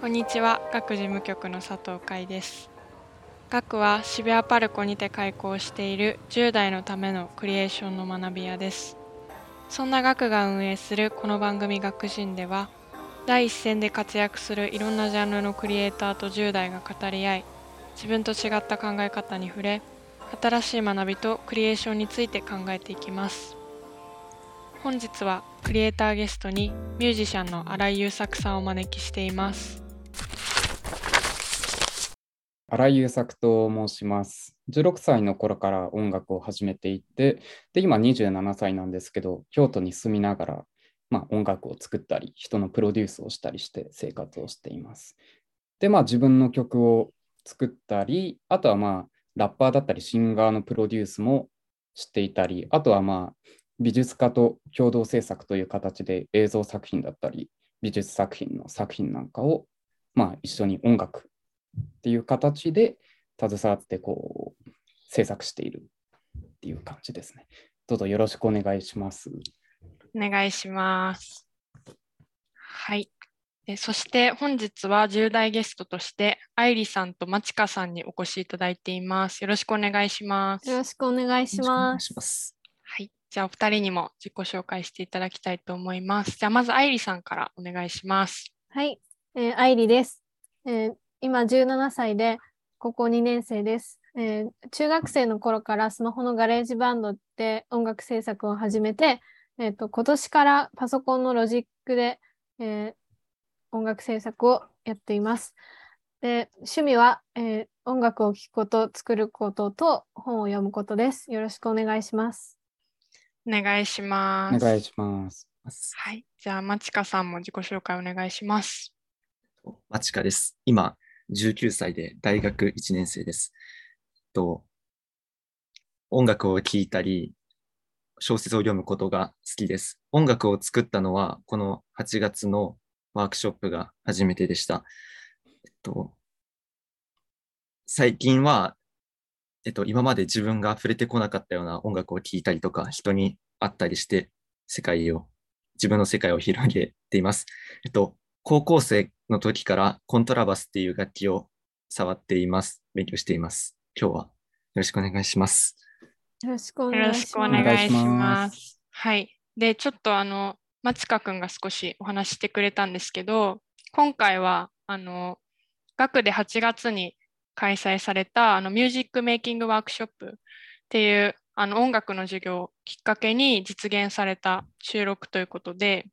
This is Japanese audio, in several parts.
こんにちは、学事務局の佐藤海です。学は渋谷パルコにて開講している10代のためのクリエーションの学び屋です。そんな学が運営するこの番組学人では、第一線で活躍するいろんなジャンルのクリエイターと10代が語り合い、自分と違った考え方に触れ、新しい学びとクリエーションについて考えていきます。本日はクリエイターゲストにミュージシャンの新井優作さんをお招きしています。 新井優作と申します。16歳の頃から音楽を始めていて、で、今27歳なんですけど、京都に住みながら、音楽を作ったり、人のプロデュースをしたりして生活をしています。で、自分の曲を作ったり、あとはラッパーだったり、シンガーのプロデュースもしていたり、あとは美術家と共同制作という形で映像作品だったり、美術作品の作品なんかを、一緒に音楽っていう形で携わって制作しているっていう感じですね。どうぞよろしくお願いします。 お願いします。はい。そして本日は10代ゲストとして愛理さんとまちかさんにお越しいただいています。よろしくお願いします。 よろしくお願いします。 はい。じゃあお二人にも自己紹介していただきたいと思います。じゃあまず愛理さんからお願いします。 はい、愛理です。今17歳で高校2年生です。中学生の頃からスマホのガレージバンドで音楽制作を始めて、今年からパソコンのロジックで、音楽制作をやっています。で、趣味は、音楽を聴くこと、作ることと本を読むことです。よろしくお願いします。 お願いします。 お願いします。 はい。じゃあまちかさんも自己紹介お願いします。 まちかです。今19歳で大学1年生です。音楽を聴いたり、小説を読むことが好きです。音楽を作ったのは、この8月のワークショップが初めてでした。最近は、今まで自分が触れてこなかったような音楽を聴いたりとか、人に会ったりして、自分の世界を広げています。高校生の時からコントラバスっていう楽器を触っています。勉強しています。今日はよろしくお願いします。 よろしくお願いします。 お願いします。はい。で、ちょっとまちかくんが少しお話してくれたんですけど、今回は学で8月に開催されたミュージックメイキングワークショップっていう音楽の授業をきっかけに実現された収録ということで、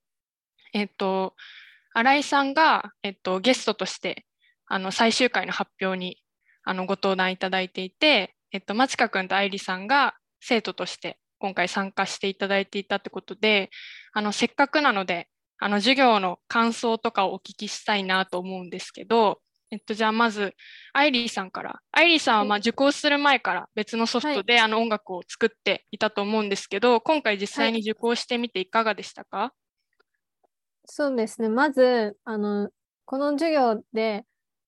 新井さんが、ゲストとして最終回の発表にご登壇いただいていて、まちかくんと愛理さんが生徒として今回参加していただいていたってことで、せっかくなので授業の感想とかをお聞きしたいなと思うんですけど、じゃあまず愛理さんから。愛理さんは受講する前から別のソフトで音楽を作っていたと思うんですけど、今回実際に受講してみていかがでしたか？ そうですね。まず、この授業で、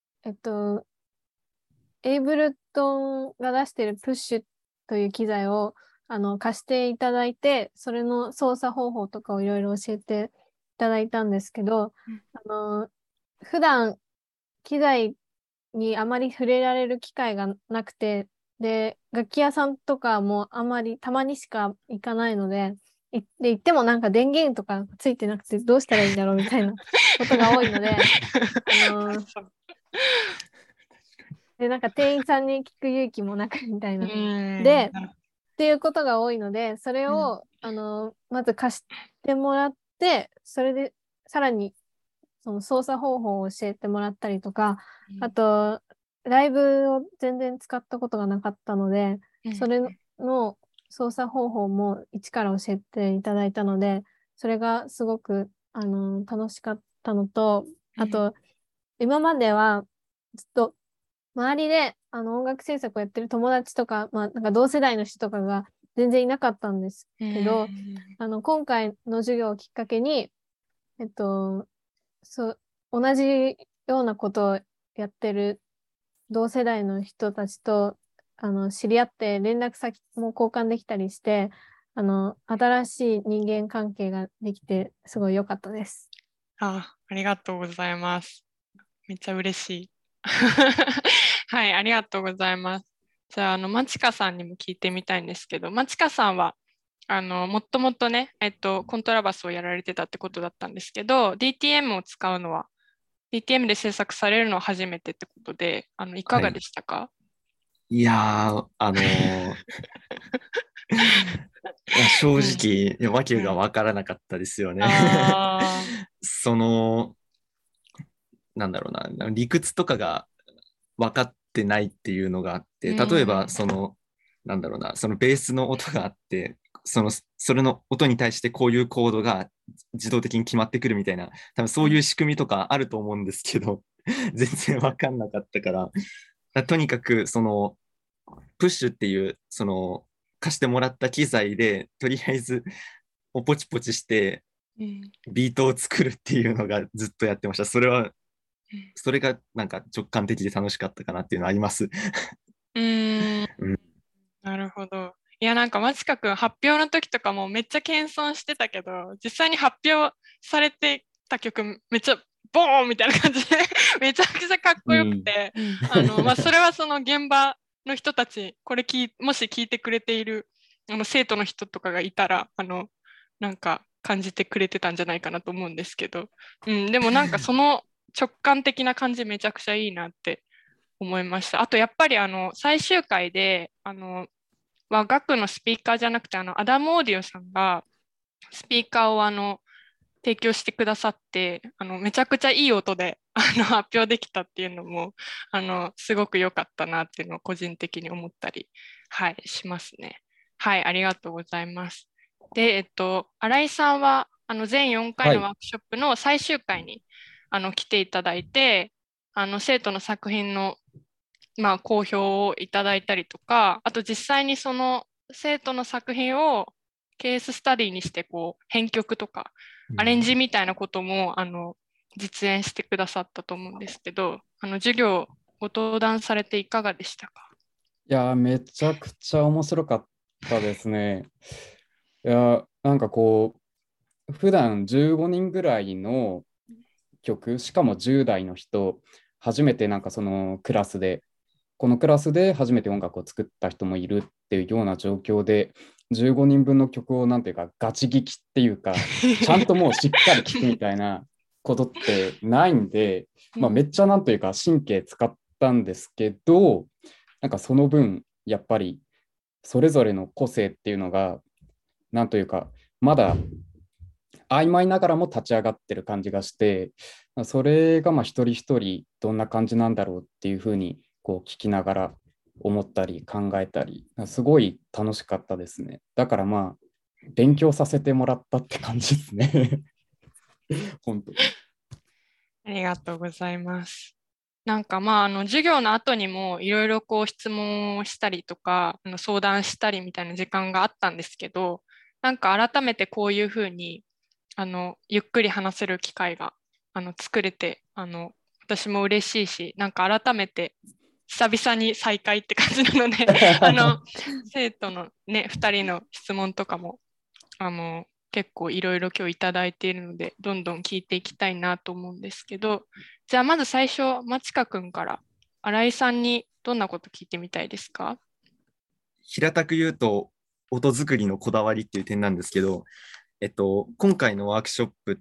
エイブルトンが出しているプッシュという機材を貸していただいて、それの操作方法とかをいろいろ教えていただいたんですけど、普段機材にあまり触れられる機会がなくて、で、楽器屋さんとかもあまりたまにしか行かないので、行ってもなんか電源とかついてなくてどうしたらいいんだろうみたいなことが多いので、で、なんか店員さんに聞く勇気もなくみたいな。で、っていうことが多いので、それを、まず貸してもらって、それでさらにその操作方法を教えてもらったりとか、あと、ライブを全然使ったことがなかったので、それの操作方法も一から教えていただいたので、それがすごく、楽しかったのと、あと、今まではずっと周りで音楽制作をやってる友達とか、なんか同世代の人とかが全然いなかったんですけど、今回の授業をきっかけに、同じようなことをやってる同世代の人たちと知り合って連絡先も交換できたりして、新しい人間関係ができてすごい良かったです。 ありがとうございます。 めっちゃ嬉しい。はい、ありがとうございます。じゃあ、まちかさんにも聞いてみたいんですけど、まちかさんは、もっともっとね、コントラバスをやられてたってことだったんですけど、DTM を使うのは、DTM で制作されるのは初めてってことで、いかがでしたか？ いやー、正直、わけがわからなかったですよね。なんだろうな、理屈とかが分かってないっていうのがあって、例えば、なんだろうな、そのベースの音があって、それの音に対してこういうコードが自動的に決まってくるみたいな、多分そういう仕組みとかあると思うんですけど、全然分かんなかったから、とにかく、プッシュっていう、貸してもらった機材で、とりあえず、ポチポチして、ビートを作るっていうのがずっとやってました。それがなんか直感的で楽しかったかなっていうのはあります。 なるほど。いや、なんか、まちかくん発表の時とかもめっちゃ謙遜してたけど、実際に発表されてた曲、めっちゃボーンみたいな感じでめちゃくちゃかっこよくて、それはその現場の人たち、これもし聞いてくれている生徒の人とかがいたら、なんか感じてくれてたんじゃないかなと思うんですけど、でもなんかその直感的な感じめちゃくちゃいいなって思いました。あとやっぱり最終回で学のスピーカーじゃなくてアダムオーディオさんがスピーカーを提供してくださってめちゃくちゃいい音で発表できたっていうのもすごく良かったなっていうのを個人的に思ったり、はい、しますね。はい、ありがとうございます。で、新井さんは全4回のワークショップの最終回に来ていただいて、生徒の作品の好評をいただいたりとか、あと実際にその生徒の作品をケーススタディにして編曲とかアレンジみたいなことも実演してくださったと思うんですけど、授業ご登壇されていかがでしたか？ いや、めちゃくちゃ面白かったですね。いや、なんか普段15人ぐらいの曲、しかも10代の人、初めてなんかそのクラスで、このクラスで初めて音楽を作った人もいるっていうような状況で、15人分の曲をなんていうかガチ聴きっていうか、ちゃんともうしっかり聴くみたいなことってないんで、めっちゃなんというか神経使ったんですけど、なんかその分やっぱりそれぞれの個性っていうのがなんというかまだ曖昧ながらも立ち上がってる感じがして、それが一人一人どんな感じなんだろうっていうふうに聞きながら思ったり考えたり、すごい楽しかったですね。だから勉強させてもらったって感じですね。本当。 ありがとうございます。なんか授業の後にもいろいろ質問をしたりとか相談したりみたいな時間があったんですけど、なんか改めてこういうふうにゆっくり話せる機会が作れて私も嬉しいし、なんか改めて久々に再会って感じなので生徒のね2人の質問とかも結構いろいろ今日いただいているので、どんどん聞いていきたいなと思うんですけど、じゃあまず最初、まちかくんから新井さんにどんなこと聞いてみたいですか？ 平たく言うと、音作りのこだわりっていう点なんですけど、今回のワークショップって、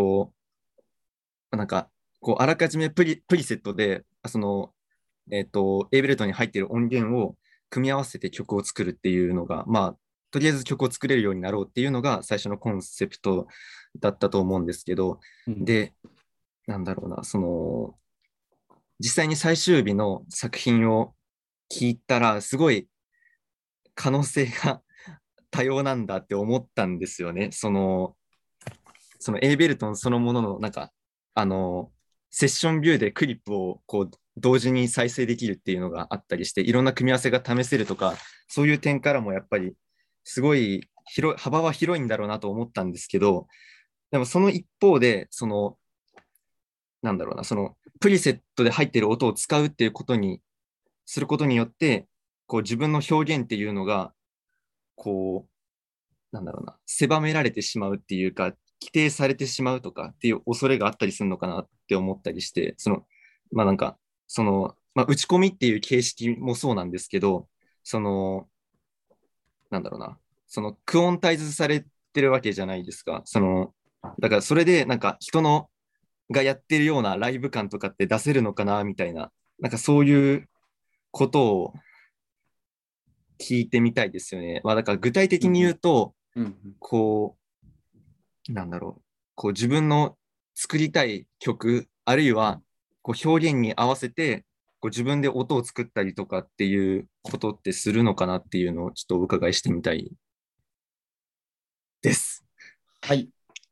なんか、あらかじめプリセットで、A ベルトに入っている音源を組み合わせて曲を作るっていうのが、とりあえず曲を作れるようになろうっていうのが最初のコンセプトだったと思うんですけど、で、なんだろうな、実際に最終日の作品を聞いたら、すごい可能性が多様なんだって思ったんですよね。その A ベルトンそのものの、なんか、セッションビューでクリップを同時に再生できるっていうのがあったりして、いろんな組み合わせが試せるとか、そういう点からもやっぱりすごい幅は広いんだろうなと思ったんですけど、でもその一方で、なんだろうな、プリセットで入っている音を使うっていうことにすることによって、自分の表現っていうのが、なんだろうな、狭められてしまうっていうか、 規定されてしまうとかっていう恐れがあったりするのかなって思ったりして、なんか、打ち込みっていう形式もそうなんですけど、なんだろうな、クオンタイズされてるわけじゃないですか。だからそれでなんか人のがやってるようなライブ感とかって出せるのかなみたいな、なんかそういうことを聞いてみたいですよね。だから具体的に言うと、こなんだろう、自分の作りたい曲、あるいは表現に合わせて自分で音を作ったりとかっていうことってするのかなっていうのをちょっとお伺いしてみたいです。 はい。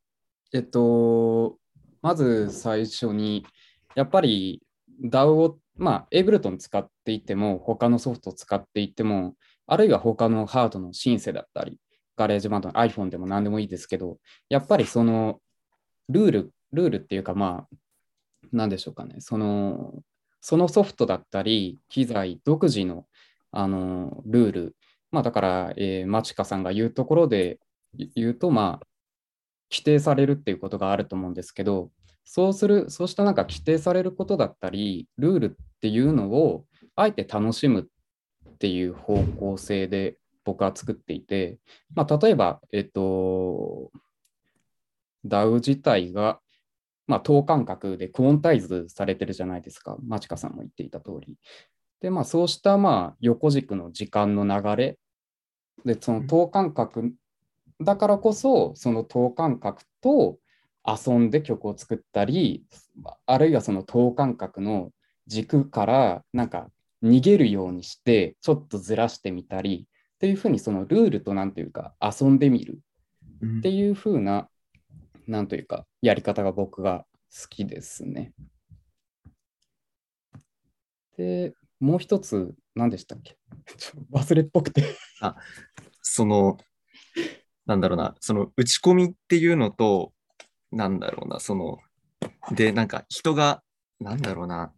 まず最初に、やっぱり DAO を、Ableton 使っていても、他のソフトを使っていても、あるいは他のハードのシンセだったり、ガレージバンドの iPhone でも何でもいいですけど、やっぱりそのルールっていうか、なんでしょうかね、そのソフトだったり、機材独自の、ルール、だから、マチカさんが言うところで言うと、規定されるっていうことがあると思うんですけど、そうしたなんか規定されることだったり、ルールっていうのをあえて楽しむっていう方向性で僕は作っていて、例えば、DAO 自体が、等間隔でクオンタイズされてるじゃないですか。マチカさんも言っていた通り。で、そうした横軸の時間の流れで、その等間隔だからこそ、その等間隔と遊んで曲を作ったり、あるいはその等間隔の軸からなんか逃げるようにして、ちょっとずらしてみたり、っていうふうにそのルールとなんていうか遊んでみるっていうふうな、なんというかやり方が僕が好きですね。で、もう一つ、何でしたっけ忘れっぽくてあ、なんだろうな、打ち込みっていうのと、なんだろうな、なんか人が、なんだろうな、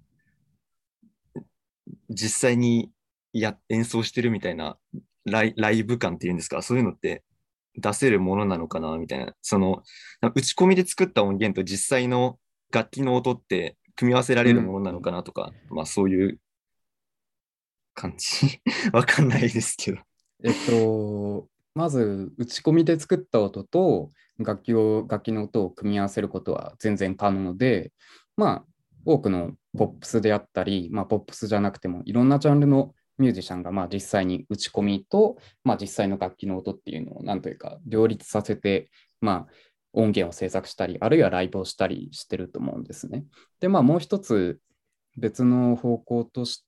実際に演奏してるみたいなライブ感っていうんですか、そういうのって出せるものなのかなみたいな、打ち込みで作った音源と実際の楽器の音って組み合わせられるものなのかなとか、そういう感じわかんないですけど。 まず打ち込みで作った音と楽器の音を組み合わせることは全然可能で、多くのポップスであったり、ポップスじゃなくてもいろんなジャンルのミュージシャンが実際に打ち込みと、実際の楽器の音っていうのをなんというか両立させて、音源を制作したり、あるいはライブをしたりしてると思うんですね。で、もう一つ別の方向として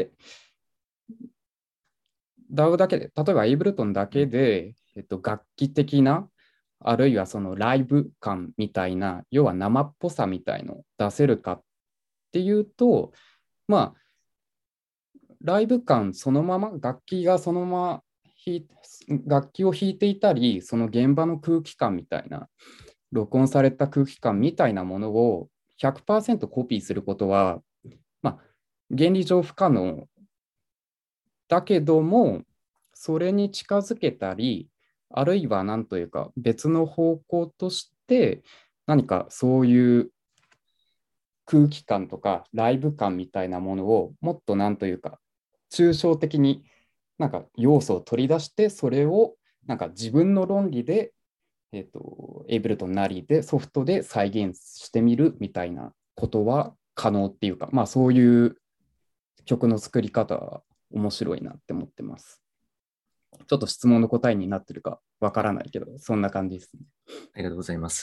、DAO だけで、例えば Ableton だけで、楽器的な、あるいはそのライブ感みたいな、要は生っぽさみたいのを出せるかっていうと、ライブ感そのまま、楽器がそのまま楽器を弾いていたり、その現場の空気感みたいな、録音された空気感みたいなものを100%コピーすることは、原理上不可能だけども、それに近づけたり、あるいは何というか別の方向として何かそういう空気感とかライブ感みたいなものをもっと何というか抽象的になんか要素を取り出して、それをなんか自分の論理で、エイブルトンなりでソフトで再現してみるみたいなことは可能っていうか、そういう曲の作り方は面白いなって思ってます。ちょっと質問の答えになってるかわからないけど、そんな感じですね。 ありがとうございます。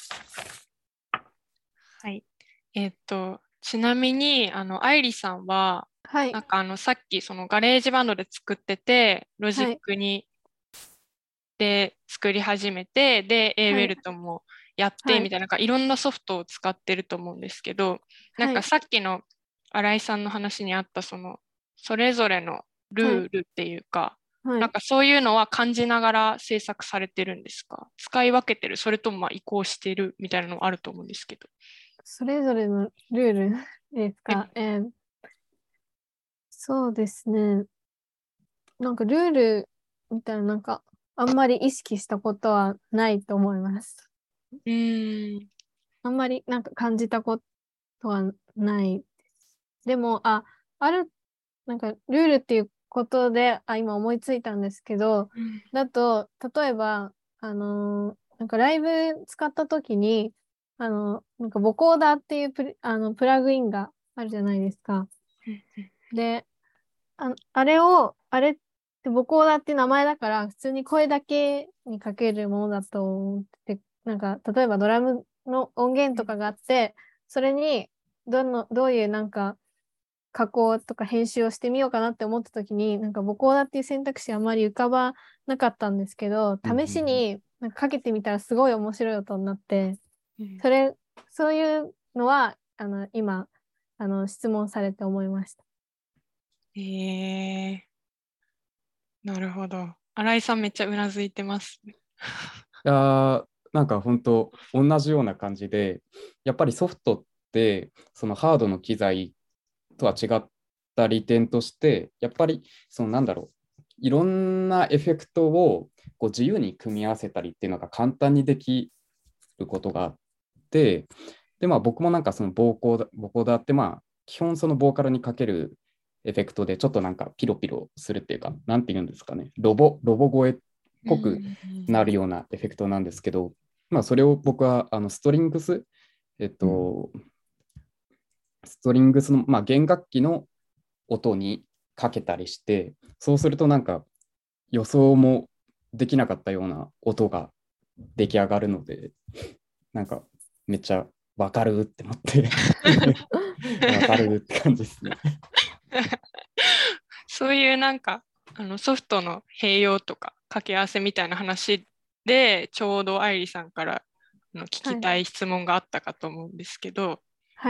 はい。ちなみに、愛理さんは、 はい。 なんかさっきそのガレージバンドで作ってて、ロジックに、で作り始めて、で、エーベルトンもやってみたいな、なんかいろんなソフトを使ってると思うんですけど、なんかさっきの新井さんの話にあったそれぞれのルールっていうか、なんかそういうのは感じながら制作されてるんですか？使い分けてる、それとも移行してるみたいなのあると思うんですけど。 それぞれのルールですか？そうですね。なんかルールみたいな、なんかあんまり意識したことはないと思います。 あんまりなんか感じたことはないです。でも、ある、なんかルールっていうことで、今思いついたんですけど、だと、例えば、なんかライブ使った時に、なんかボコーダーっていうプラグインがあるじゃないですか。で、あれってボコーダーって名前だから、普通に声だけにかけるものだと思ってて、なんか、例えばドラムの音源とかがあって、それにどういうなんか加工とか編集をしてみようかなって思った時に、なんかボコーダっていう選択肢あまり浮かばなかったんですけど、試しになんかかけてみたらすごい面白い音になって、そういうのは今質問されて思いました。 なるほど。新井さんめっちゃうなずいてます。 なんか本当同じような感じで、やっぱりソフトってそのハードの機材とは違った利点として、やっぱりそのなんだろう、いろんなエフェクトをこう自由に組み合わせたりっていうのが簡単にできることがあって、で、まあ僕もなんかそのボーダーってまあ基本そのボーカルにかけるエフェクトでちょっとなんかピロピロするっていうか、なんて言うんですかね、ロボ声っぽくなるようなエフェクトなんですけど、まあそれを僕はストリングスの、まあ、弦楽器の音にかけたりして、そうするとなんか予想もできなかったような音が出来上がるので、なんかめっちゃわかるって思ってわかるって感じですね。 そういうなんかソフトの併用とか掛け合わせみたいな話でちょうど愛理さんから聞きたい質問があったかと思うんですけど。 はい。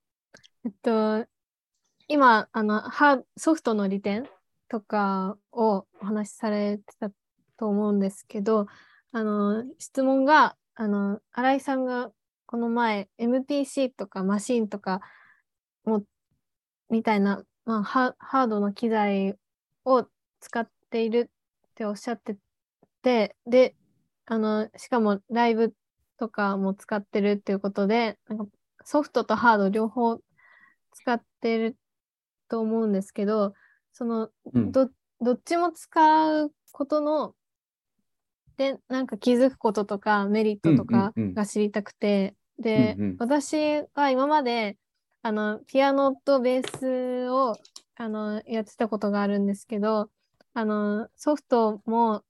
今ソフトの利点とかをお話しされてたと思うんですけど、質問が新井さんがこの前 MPC とかマシンとかもみたいな、まあ、ハードの機材を使っているっておっしゃってて、でしかもライブとかも使ってるっていうことで、なんかソフトとハード両方使ってると思うんですけど、どっちも使うことのでなんか気づくこととかメリットとかが知りたくて、で、私は今までピアノとベースをやってたことがあるんですけど、ソフトも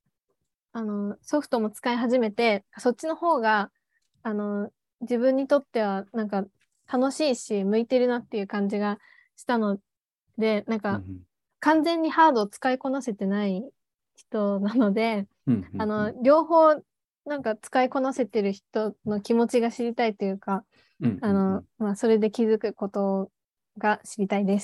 使い始めて、そっちの方が自分にとってはなんか楽しいし向いてるなっていう感じがしたので、なんか完全にハードを使いこなせてない人なので、両方なんか使いこなせてる人の気持ちが知りたいというか、まあ、それで気づくことが知りたいです。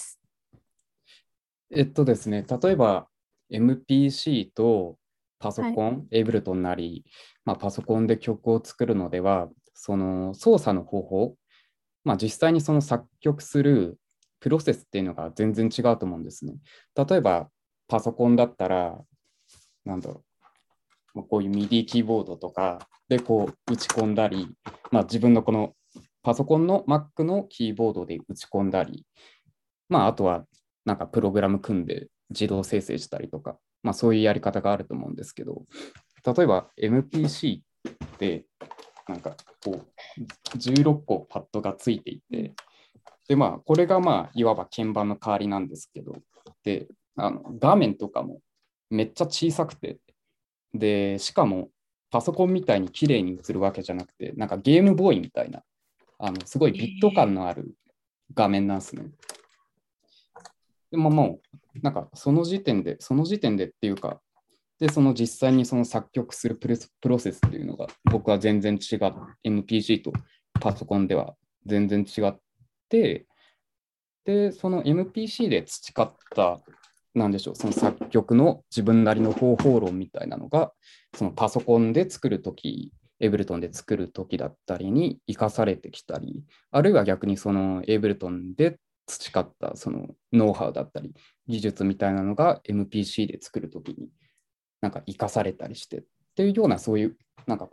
ですね、例えば MPC とパソコン、エイブルトンなり、まあ、パソコンで曲を作るのでは、その操作の方法、まあ、実際にその作曲するプロセスっていうのが全然違うと思うんですね。例えばパソコンだったら、なんだろう、こういう MIDI キーボードとかでこう打ち込んだり、まあ、自分のこのパソコンの Mac のキーボードで打ち込んだり、まあ、あとはなんかプログラム組んで自動生成したりとか、まあ、そういうやり方があると思うんですけど、例えば MPC ってなんかこう16個パッドがついていて、でまあこれがまあいわば鍵盤の代わりなんですけど、で画面とかもめっちゃ小さくて、でしかもパソコンみたいに綺麗に映るわけじゃなくて、なんかゲームボーイみたいなすごいビット感のある画面なんですね。でももうなんかその時点でっていうか、でその実際にその作曲するプロセスっていうのが僕は全然違う、 MPC とパソコンでは全然違って、でその MPC で培ったなんでしょう、その作曲の自分なりの方法論みたいなのがそのパソコンで作るとき、エイブルトンで作るときだったりに生かされてきたり、あるいは逆にそのエイブルトンで培ったそのノウハウだったり技術みたいなのが MPC で作るときになんか生かされたりしてっていうような、そういうなんかこう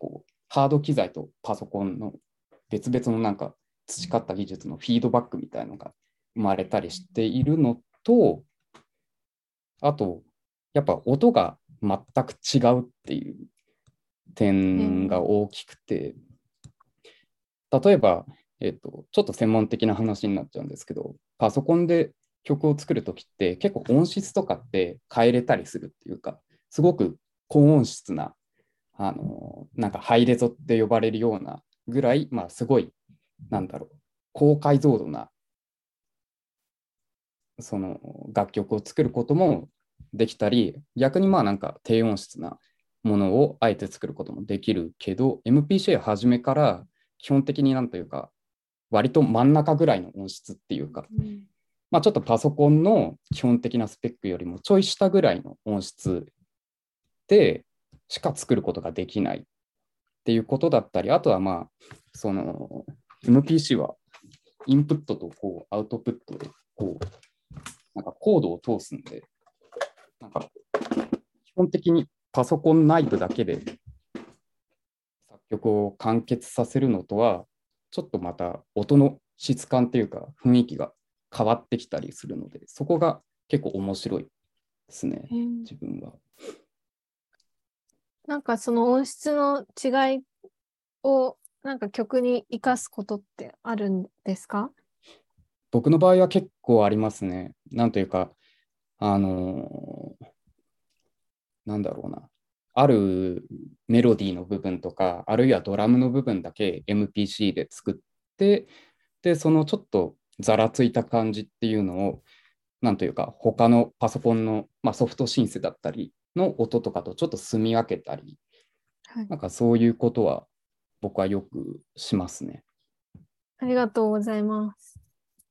ハード機材とパソコンの別々のなんか培った技術のフィードバックみたいなのが生まれたりしているのと、あと、やっぱ音が全く違うっていう点が大きくて、例えば、ちょっと専門的な話になっちゃうんですけど、パソコンで曲を作るときって結構音質とかって変えれたりするっていうか、すごく高音質な、なんかハイレゾって呼ばれるようなぐらい、まあすごい、なんだろう、高解像度な、その楽曲を作ることもできたり、逆にまあなんか低音質なものをあえて作ることもできるけど、MPC は初めから基本的になんというか、割と真ん中ぐらいの音質っていうか、まあ、ちょっとパソコンの基本的なスペックよりもちょい下ぐらいの音質でしか作ることができないっていうことだったり、あとはまあ、その MPC はインプットとこうアウトプットでこう、なんかコードを通すんで、なんか基本的にパソコン内部だけで作曲を完結させるのとは、ちょっとまた音の質感っていうか雰囲気が変わってきたりするので、そこが結構面白いですね、自分は。 なんかその音質の違いをなんか曲に生かすことってあるんですか？ 僕の場合は結構ありますね。なんというか、なんだろうな。あるメロディーの部分とか、あるいはドラムの部分だけ MPC で作って、で、そのちょっとざらついた感じっていうのを、なんというか、他のパソコンの、まあ、ソフトシンセだったりの音とかとちょっと住み分けたり、なんかそういうことは僕はよくしますね。 ありがとうございます。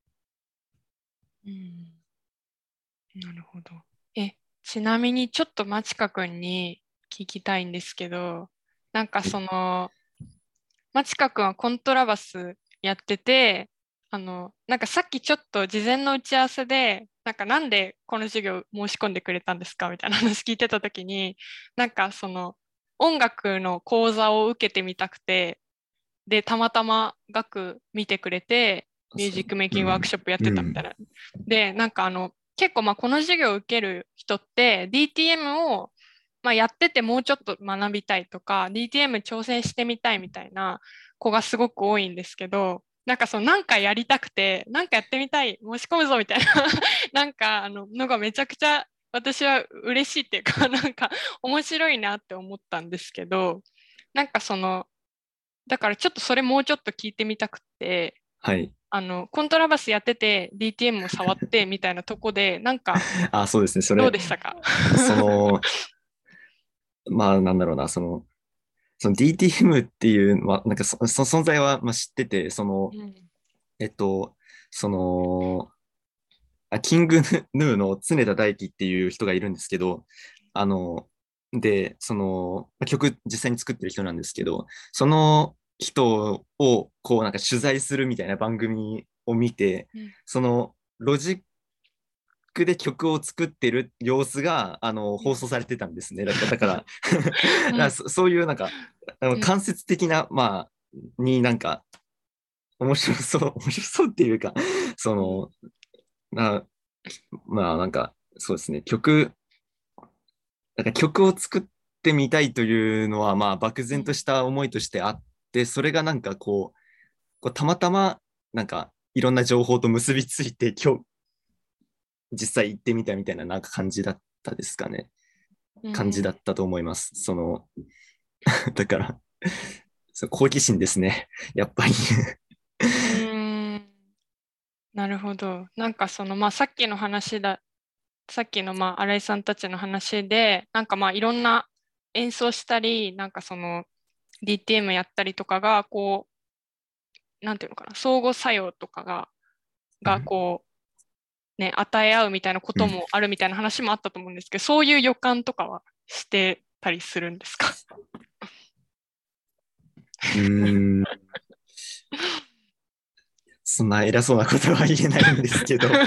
なるほど。ちなみにちょっとまちかくんに聞きたいんですけど、なんかその、まちかくんはコントラバスやってて、なんかさっきちょっと事前の打ち合わせで、なんでこの授業申し込んでくれたんですかみたいな話聞いてたときに、なんかその音楽の講座を受けてみたくて、で、たまたま学見てくれて、ミュージックメイキングワークショップやってたみたいな。で、なんか結構この授業を受ける人って DTM をやっててもうちょっと学びたいとか DTM 挑戦してみたいみたいな子がすごく多いんですけど、なんかやりたくてなんかやってみたい申し込むぞみたいななんかのがめちゃくちゃ私は嬉しいっていうかなんか面白いなって思ったんですけど、なんかだからちょっとそれもうちょっと聞いてみたくて、 はい。 コントラバスやってて DTM も触ってみたいなとこでなんかそうですね。そどうれ、 でしたか？ まあなんだろうな、その DTM っていう、なんか存在は知ってて、えっと、その、キングヌーの常田大輝っていう人がいるんですけど、で、曲実際に作ってる人なんですけど、その人をこうなんか取材するみたいな番組を見て、そのロジックで曲を作ってる様子が放送されてたんですね。だからそういうなんか間接的な、まあ、になんか面白そうっていうか、その、まあなんかそうですね、なんか曲を作ってみたいというのは、まあ漠然とした思いとしてあって、それがなんかこうたまたまなんかいろんな情報と結びついて今日実際行ってみたみたいななんか感じだったですかね。感じだったと思います。だから好奇心ですね。やっぱりなるほど。なんかさっきの話さっきの新井さんたちの話で、なんかいろんな演奏したり、なんかDTM やったりとかが、こう、なんていうのかな、相互作用とかがこう、ね、与え合うみたいなこともあるみたいな話もあったと思うんですけど、そういう予感とかはしてたりするんですか？ そんな偉そうなことは言えないんですけど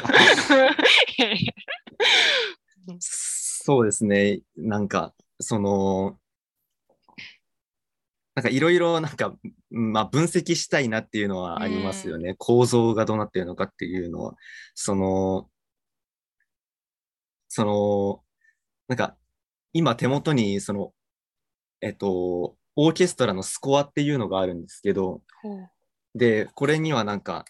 そうですね。なんかなんかいろいろなんか、まあ、分析したいなっていうのはありますよね。構造がどうなってるのかっていうのは、その、その、なんか今手元にオーケストラのスコアっていうのがあるんですけど、 ほう。 で、これにはなんか、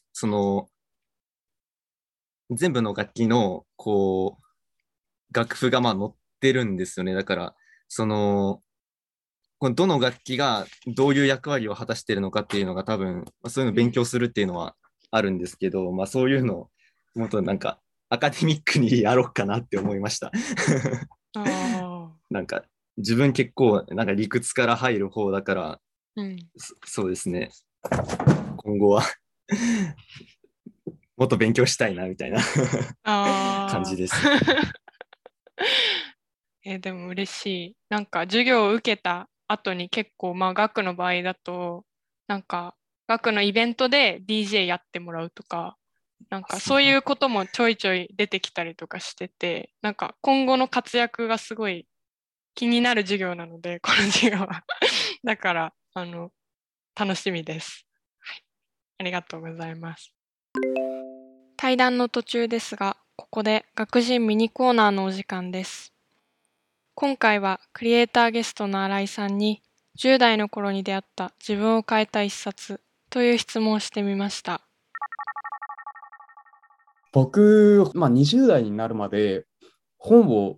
全部の楽器の、こう、楽譜がまあ載ってるんですよね。だから、その、このどの楽器がどういう役割を果たしているのかっていうのが多分、まあそういうのを勉強するっていうのはあるんですけど、まあそういうのをもっとなんかアカデミックにやろうかなって思いました。 ああ。 なんか自分結構なんか理屈から入る方だから、 うん。 そうですね。今後はもっと勉強したいなみたいな感ああ。 じです。 でも嬉しい。なんか授業を受けた後に結構、まあ学の場合だと、なんか学のイベントで DJ やってもらうとか、なんかそういうこともちょいちょい出てきたりとかしてて、なんか今後の活躍がすごい気になる授業なので、この授業は。だから、楽しみです。はい。ありがとうございます。対談の途中ですが、ここで学人ミニコーナーのお時間です。今回はクリエイターゲストの新井さんに10代の頃に出会った自分を変えた一冊という質問をしてみました。 僕、20代になるまで本を、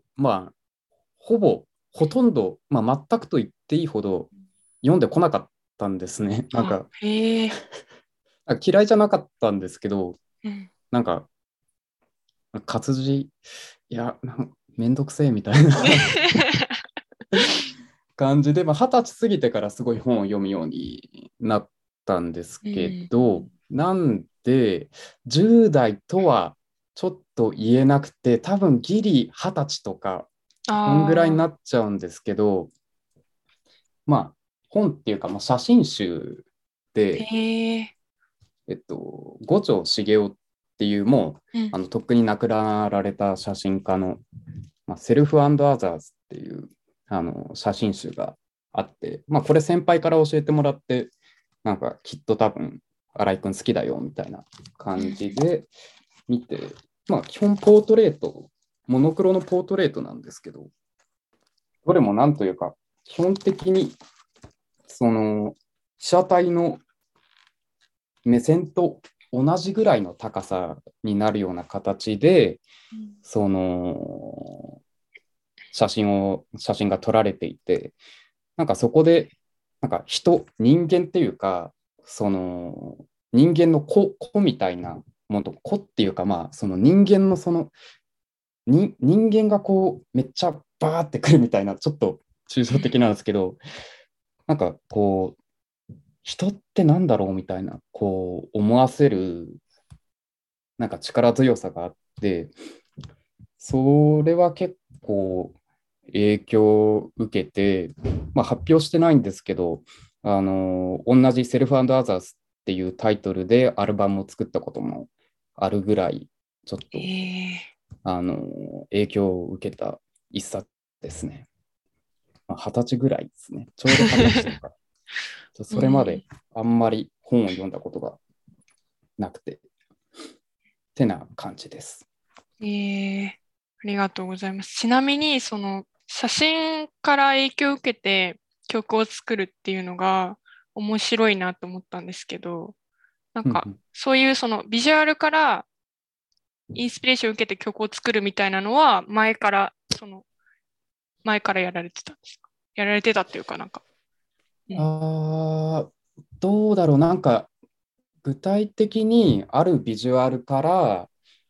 ほとんど、全くと言っていいほど読んでこなかったんですね。 へえ。 嫌いじゃなかったんですけど、 うん。 なんか活字、めんどくせえみたいな感じで、20歳過ぎてからすごい本を読むようになったんですけど、なんで、10代とはちょっと言えなくて、多分ギリ20歳とか、そんぐらいになっちゃうんですけど、本っていうか、写真集で、五条茂雄っていうとっくに亡くなられた写真家の、セルフ&アザーズっていう写真集があって、これ先輩から教えてもらって、きっと多分新井くん好きだよみたいな感じで見て、基本ポートレート、モノクロのポートレートなんですけど、どれもなんというか、基本的に被写体の目線と同じぐらいの高さになるような形で、写真が撮られていて、そこで人間っていうか、人間の子みたいなものと、子っていうか、人間の人間がめっちゃバーってくるみたいな、ちょっと抽象的なんですけど、人ってなんだろうみたいな、思わせる力強さがあって、それは結構影響を受けて、発表してないんですけど、同じセルフ&アザーズっていうタイトルでアルバムを作ったこともあるぐらい、ちょっと、影響を受けた一冊ですね。20歳ぐらいですね。ちょうど20歳とか。それまであんまり本を読んだことがなくて、ってな感じです。 ありがとうございます。ちなみに、写真から影響を受けて曲を作るっていうのが面白いなと思ったんですけど、そういうビジュアルからインスピレーションを受けて曲を作るみたいなのは前からやられてたんですか？やられてたっていうかどうだろう、具体的にあるビジュアルから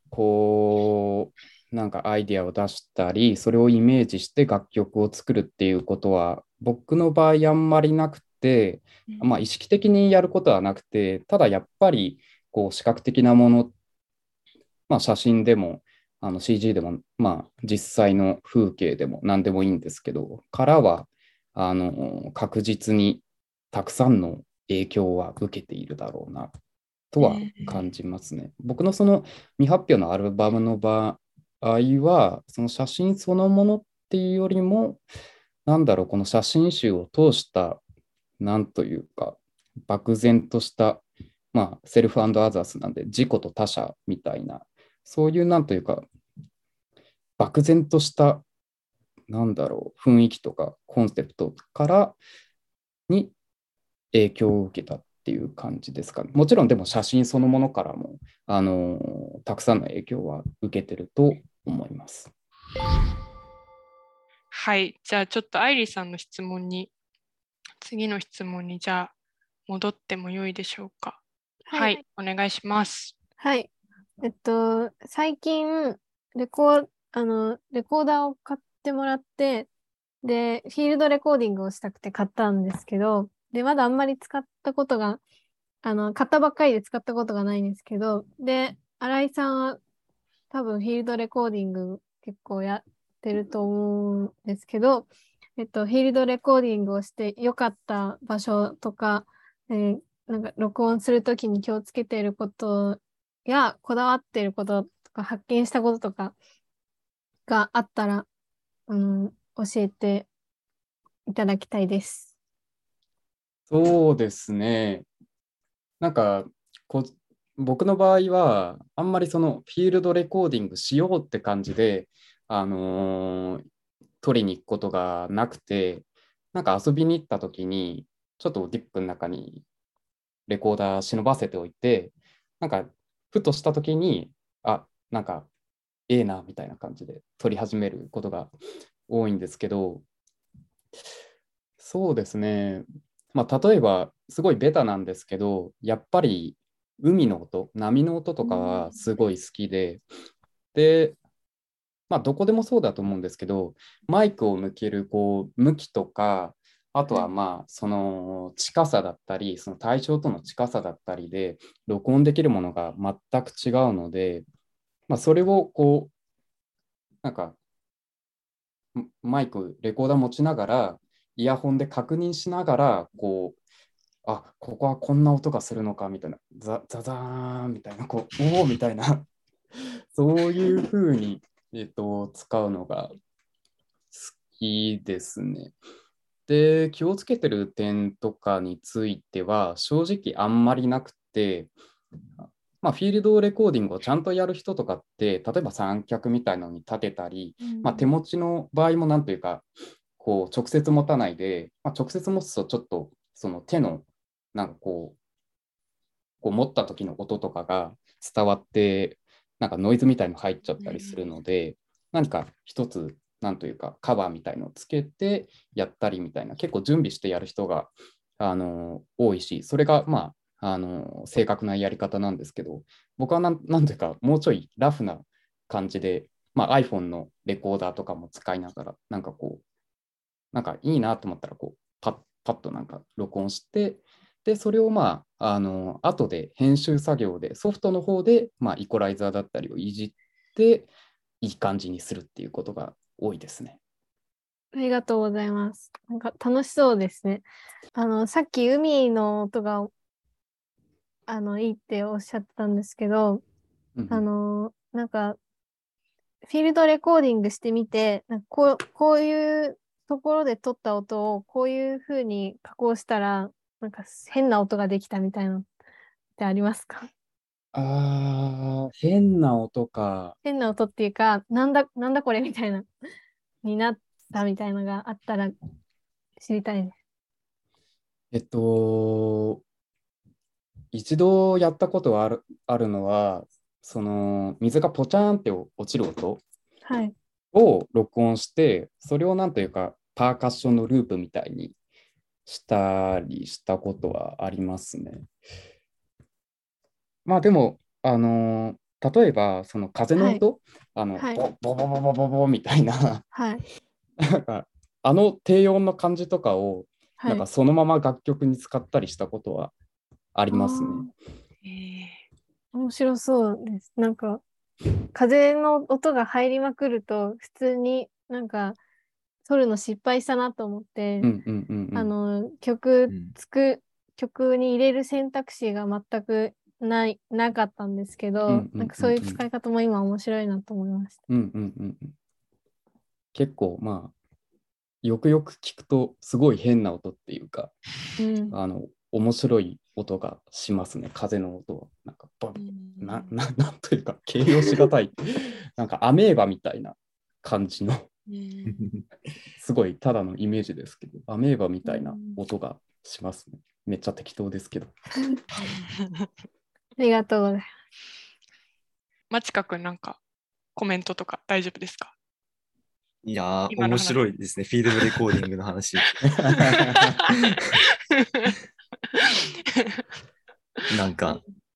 アイデアを出したり、それをイメージして楽曲を作るっていうことは僕の場合あんまりなくて、意識的にやることはなくて、ただやっぱり視覚的なもの、写真でもCG でも、実際の風景でも何でもいいんですけど、からは確実にたくさんの影響は受けているだろうなとは感じますね。僕の未発表のアルバムの場合は、その写真そのものっていうよりも、この写真集を通したなんというか、漠然とした、まあ、セルフアザースなんで、自己と他者みたいな、そういうなんというか、漠然とした、なんだろう、雰囲気とかコンセプトからに影響を受けたっていう感じですかね。もちろんでも写真そのものからも、たくさんの影響は受けてると思います。 はい。じゃあちょっと愛理さんの次の質問にじゃあ戻ってもよいでしょうか。はい、お願いします。 はい。最近レコーダーを買ってもらって、で、フィールドレコーディングをしたくて買ったんですけど、で、まだあんまり使ったことが、買ったばっかりで使ったことがないんですけど、で、新井さんは多分フィールドレコーディング結構やってると思うんですけど、フィールドレコーディングをして良かった場所とか、なんか録音するときに気をつけていることや、こだわっていることとか、発見したこととかがあったら、教えていただきたいです。 そうですね。なんか僕の場合はあんまりそのフィールドレコーディングしようって感じで、取りに行くことがなくて、なんか遊びに行った時にちょっとディップの中にレコーダー忍ばせておいて、なんかふとした時になんかええなみたいな感じで撮り始めることが多いんですけど、そうですね。まあ、例えば、すごいベタなんですけど、やっぱり海の音、波の音とかはすごい好きで、まあ、どこでもそうだと思うんですけど、マイクを向ける向きとか、あとはまあ、その近さだったり、その対象との近さだったりで、録音できるものが全く違うので、まあ、それをなんか、マイク、レコーダー持ちながら、イヤホンで確認しながら、ここはこんな音がするのかみたいな、ザザーンみたいな、おおみたいな、そういうふうに、使うのが好きですね。で、気をつけてる点とかについては、正直あんまりなくて、まあ、フィールドレコーディングをちゃんとやる人とかって、例えば三脚みたいなのに立てたり、まあ、手持ちの場合もなんというか、直接持たないで、まあ、直接持つとちょっとその手のなんか持った時の音とかが伝わって、なんかノイズみたいの入っちゃったりするので、何か一つなんというかカバーみたいのをつけてやったりみたいな、結構準備してやる人が多いし、それがまあ正確なやり方なんですけど、僕はなんというかもうちょいラフな感じで、まあ、iPhone のレコーダーとかも使いながら、なんかいいなと思ったらパッとなんか録音して、で、それをまあ、後で編集作業で、ソフトの方で、まあ、イコライザーだったりをいじって、いい感じにするっていうことが多いですね。 ありがとうございます。なんか楽しそうですね。さっき海の音がいいっておっしゃってたんですけど、なんかフィールドレコーディングしてみて、なんかこういうところで撮った音をこういう風に加工したら、なんか変な音ができたみたいなのってありますか？ 変な音か。 変な音っていうか、なんだこれみたいな、になったみたいなのがあったら知りたいです。 一度やったことはあるのは、その水がポチャーンって落ちる音はい。 を録音して、それをなんというかパーカッションのループみたいにしたりしたことはありますね。まあでも、例えばその風のはい。 音、 はい。 ボボボボボボボみたいな、 はい。 なんか低音の感じとかをはい。 なんかそのまま楽曲に使ったりしたことはありあますね。 面白そうです。なんか、風の音が入りまくると、普通になんか、撮るの失敗したなと思って、 うんうんうんうん。 曲に入れる選択肢が全くなかったんですけど、 うんうなんかそういうんうんうん。 使い方も今面白いなと思いました。 うんうんうんうん。結構まあよくよく聞くとすごい変な音っていうか、面白い音がしますね。風の音はなんかなんというか形容しがたいなんかアメーバみたいな感じのすごいただのイメージですけど、アメーバみたいな音がしますね。めっちゃ適当ですけど。 ありがとうございます。 まちかくん、なんかコメントとか大丈夫ですか？ いやー、面白いですね。フィールドレコーディングの話。なんか、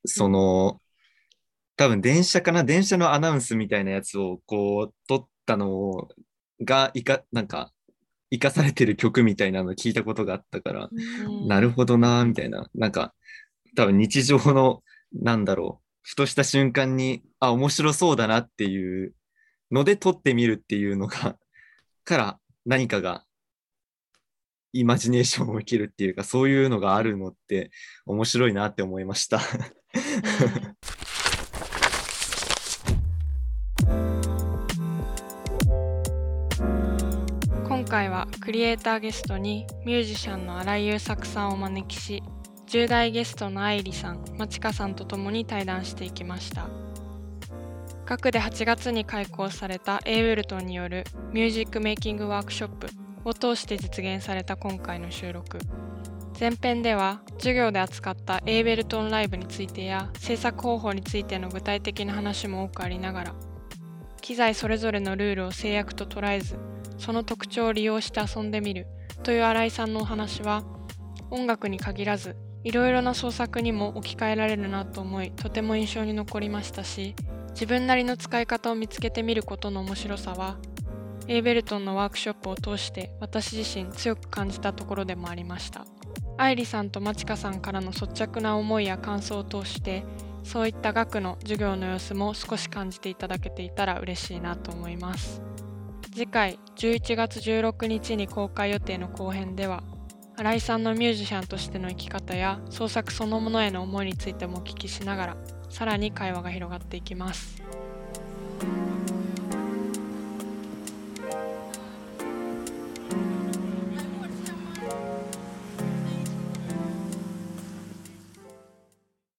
多分電車のアナウンスみたいなやつをこう、撮ったのが、なんか、生かされてる曲みたいなの聞いたことがあったから、なるほどなーみたいな。なんか、多分日常の、ふとした瞬間に、面白そうだなっていうので撮ってみるっていうのが、から何かがイマジネーションを受けるっていうか、そういうのがあるのって面白いなって思いました。 今回はクリエイターゲストにミュージシャンの新井優作さんをお招きし、10代ゲストの愛理さん、まちかさんと共に対談していきました。学で8月に開講されたエイベルトンによるミュージックメイキングワークショップを通して実現された今回の収録。前編では授業で扱ったエイベルトンライブについてや制作方法についての具体的な話も多くありながら、機材それぞれのルールを制約と捉えず、その特徴を利用して遊んでみるという新井さんのお話は、音楽に限らずいろいろな創作にも置き換えられるなと思い、とても印象に残りましたし、自分なりの使い方を見つけてみることの面白さは、エイベルトンのワークショップを通して私自身強く感じたところでもありました。愛理さんとまちかさんからの率直な思いや感想を通して、そういった学の授業の様子も少し感じていただけていたら嬉しいなと思います。次回11月16日に公開予定の後編では、新井さんのミュージシャンとしての生き方や創作そのものへの思いについてもお聞きしながら、さらに会話が広がっていきます。